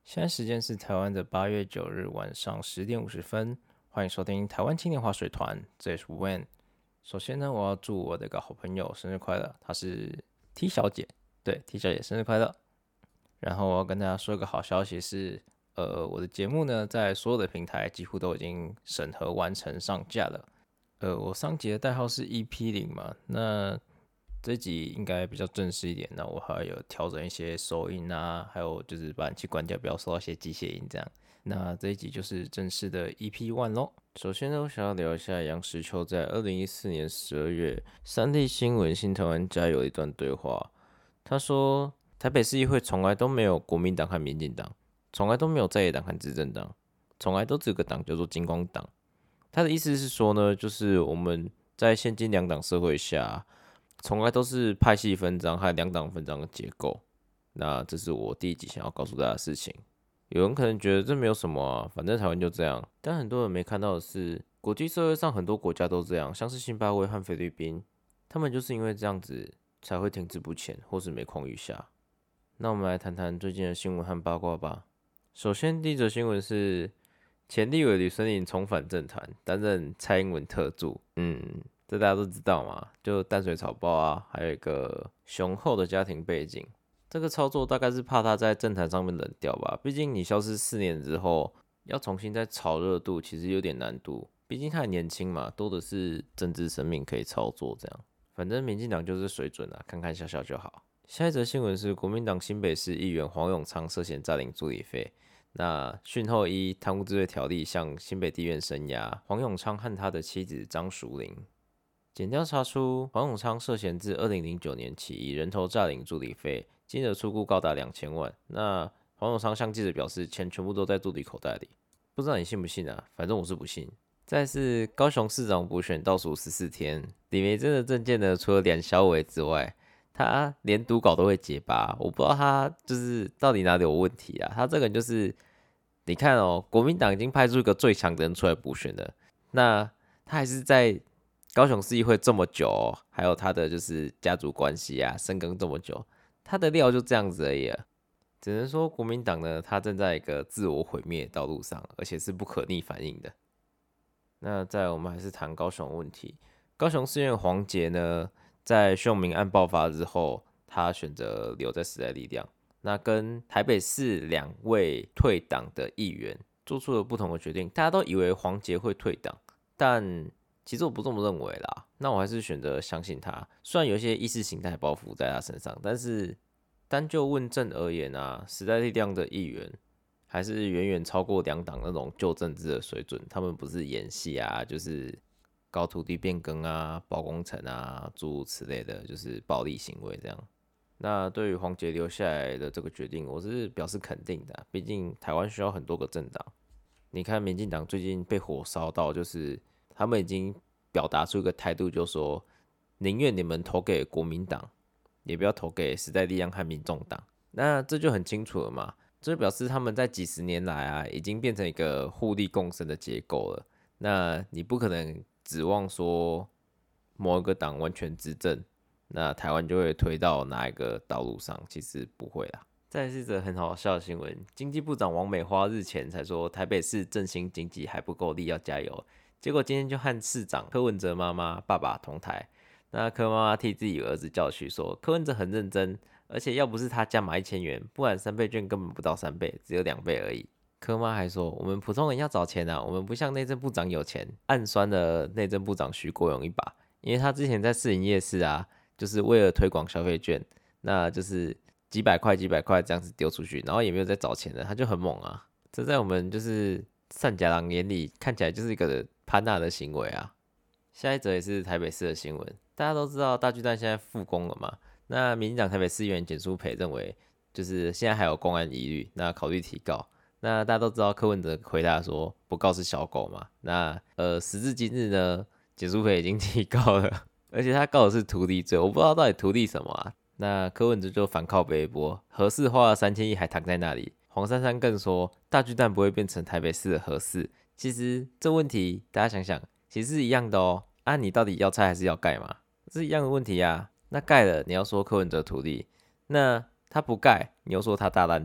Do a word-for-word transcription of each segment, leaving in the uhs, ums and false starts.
现在时间是台湾的八月九日晚上十点五十分，欢迎收听台湾青年划水团，这也是 Wen。首先呢，我要祝我的一个好朋友生日快乐，她是 T 小姐，对 T 小姐生日快乐。然后我要跟大家说一个好消息是，呃，我的节目呢，在所有的平台几乎都已经审核完成上架了。呃，我上集的代号是 E P 零嘛，那这一集应该比较正式一点，那我还有调整一些收音啊，还有就是把冷气关掉，不要收到一些机械音这样。那这一集就是正式的 E P 一 咯。首先呢，我想要聊一下杨石秋在二零一四年十二月三立新闻新台湾加油的一段对话。他说，台北市议会从来都没有国民党和民进党，从来都没有在野党和执政党，从来都只有个党叫做金光党。他的意思是说呢，就是我们在现今两党社会下，从来都是派系分赃和两党分赃的结构。那这是我第一集想要告诉大家的事情。有人可能觉得这没有什么啊，反正台湾就这样。但很多人没看到的是，国际社会上很多国家都这样，像是辛巴威和菲律宾，他们就是因为这样子才会停滞不前，或是每况愈下。那我们来谈谈最近的新闻和八卦吧。首先，第一则新闻是前立委吕森林重返政坛，担任蔡英文特助。嗯，这大家都知道嘛，就淡水草包啊，还有一个雄厚的家庭背景。这个操作大概是怕他在政坛上面冷掉吧，毕竟你消失四年之后，要重新再炒热度，其实有点难度。毕竟他很年轻嘛，多的是政治生命可以操作这样。反正民进党就是水准啊，看看笑笑就好。下一则新闻是国民党新北市议员黄永昌涉嫌诈领助理费。那讯后依贪污治罪条例向新北地院声押黄永昌和他的妻子张淑玲。检调查出黄永昌涉嫌自二零零九年起以人头诈领助理费，金额出估高达两千万。那黄永昌向记者表示，钱全部都在助理口袋里。不知道你信不信啊？反正我是不信。再是高雄市长补选倒数十四天，李梅珍的政见呢，除了两小委之外，他连读稿都会结巴，我不知道他就是到底哪里有问题啊？他这个人就是，你看哦，国民党已经派出一个最强的人出来补选了，那他还是在高雄市议会这么久哦，还有他的就是家族关系啊，深耕这么久，他的料就这样子而已了。只能说国民党呢，他正在一个自我毁灭的道路上，而且是不可逆反应的。那再我们还是谈高雄问题，高雄市议员黄杰呢，在秀明案爆发之后，他选择留在时代力量，那跟台北市两位退党的议员做出了不同的决定。大家都以为黄杰会退党，但其实我不这么认为啦。那我还是选择相信他，虽然有一些意识形态包袱在他身上，但是单就问政而言啊，时代力量的议员还是远远超过两党那种旧政治的水准。他们不是演戏啊，就是搞土地变更啊、包工程啊，诸如此类的，就是暴力行为这样。那对于黄杰留下来的这个决定，我是表示肯定的啊。毕竟台湾需要很多个政党。你看民进党最近被火烧到，就是他们已经表达出一个态度，就说宁愿你们投给国民党，也不要投给时代力量和民众党。那这就很清楚了嘛。这表示他们在几十年来啊，已经变成一个互利共生的结构了。那你不可能指望说某一个党完全执政，那台湾就会推到哪一个道路上？其实不会啦。再来是一则很好笑的新闻，经济部长王美花日前才说台北市振兴经济还不够力，要加油。结果今天就和市长柯文哲妈妈、爸爸同台。那柯妈妈替自己儿子叫屈说，柯文哲很认真，而且要不是他加码一千元，不然三倍券根本不到三倍，只有两倍而已。柯妈还说，我们普通人要找钱啊，我们不像内政部长有钱，暗酸了内政部长徐国勇一把，因为他之前在市营夜市啊，就是为了推广消费券，那就是几百块几百块这样子丢出去，然后也没有再找钱了，他就很猛啊。这在我们就是善假郎眼里看起来就是一个潘娜的行为啊。下一则也是台北市的新闻，大家都知道大巨蛋现在复工了嘛？那民进党台北市议员简书培认为，就是现在还有公安疑虑，那考虑提告。那大家都知道柯文哲回答说不告是小狗嘛？那呃时至今日呢，简书培已经提告了，而且他告的是图利罪，我不知道到底图利什么啊？那柯文哲就反靠北一波，核四花了三千亿还躺在那里。黄珊珊更说大巨蛋不会变成台北市的核四。其实这问题大家想想。其实是一样的哦，啊，你到底要拆还是要盖嘛？是一样的问题啊。那盖了，你要说柯文哲土地；那他不盖，你又说他大烂蛋。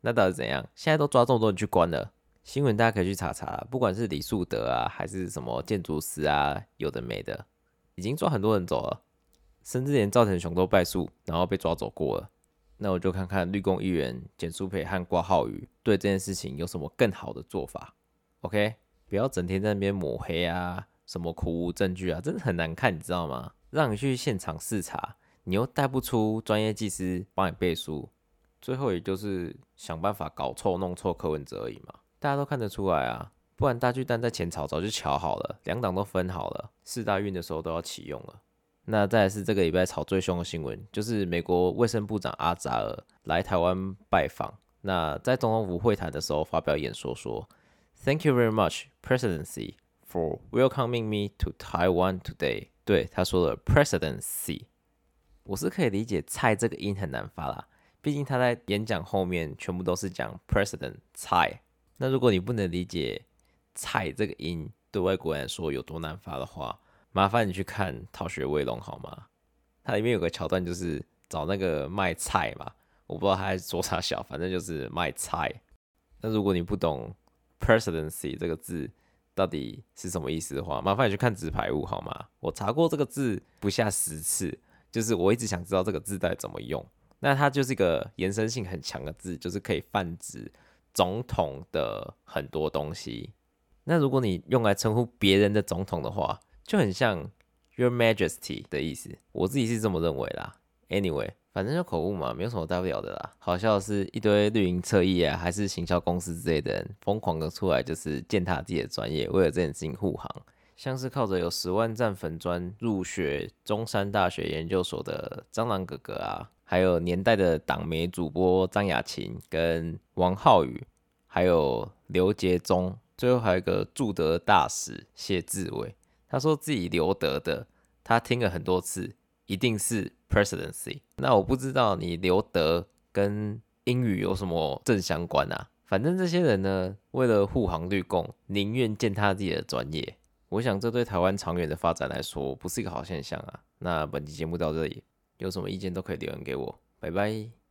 那到底怎样？现在都抓这么多人去关了。新闻大家可以去查查，不管是李树德啊，还是什么建筑师啊，有的没的，已经抓很多人走了，甚至连赵腾雄都败诉，然后被抓走过了。那我就看看绿共议员简书培和挂浩宇对这件事情有什么更好的做法。OK， 不要整天在那边抹黑啊，什么苦无证据啊，真的很难看，你知道吗？让你去现场视察，你又带不出专业技师帮你背书，最后也就是想办法搞臭弄臭柯文哲而已嘛。大家都看得出来啊，不然大巨蛋在前朝早就瞧好了，两党都分好了，四大运的时候都要启用了。那再来是这个礼拜炒最凶的新闻，就是美国卫生部长阿扎尔来台湾拜访。那在总统府会谈的时候发表演说说 ，Thank you very much, Presidency, for welcoming me to Taiwan today。对，他说了 Presidency， 我是可以理解蔡这个音很难发啦，毕竟他在演讲后面全部都是讲 President 蔡。那如果你不能理解蔡这个音对外国人来说有多难发的话，麻烦你去看《逃学威龙》好吗？它里面有个桥段就是找那个卖菜嘛，我不知道他在说啥小，反正就是卖菜。那如果你不懂 presidency 这个字到底是什么意思的话，麻烦你去看纸牌屋好吗？我查过这个字不下十次，就是我一直想知道这个字到底怎么用。那它就是一个延伸性很强的字，就是可以泛指总统的很多东西。那如果你用来称呼别人的总统的话，就很像 Your Majesty 的意思，我自己是这么认为啦。Anyway， 反正就口误嘛，没有什么大不了的啦。好笑的是一堆绿营侧翼啊，还是行销公司之类的人，疯狂的出来就是践踏自己的专业，为了这件事情护航。像是靠着有十万赞粉专入学中山大学研究所的蟑螂哥哥啊，还有年代的党媒主播张雅琴跟王浩宇，还有刘杰忠。最后还有一个驻德大使谢志伟，他说自己留德的，他听了很多次，一定是 presidency。那我不知道你留德跟英语有什么正相关啊？反正这些人呢，为了护航绿共，宁愿践踏自己的专业。我想这对台湾长远的发展来说，不是一个好现象啊。那本期节目到这里，有什么意见都可以留言给我，拜拜。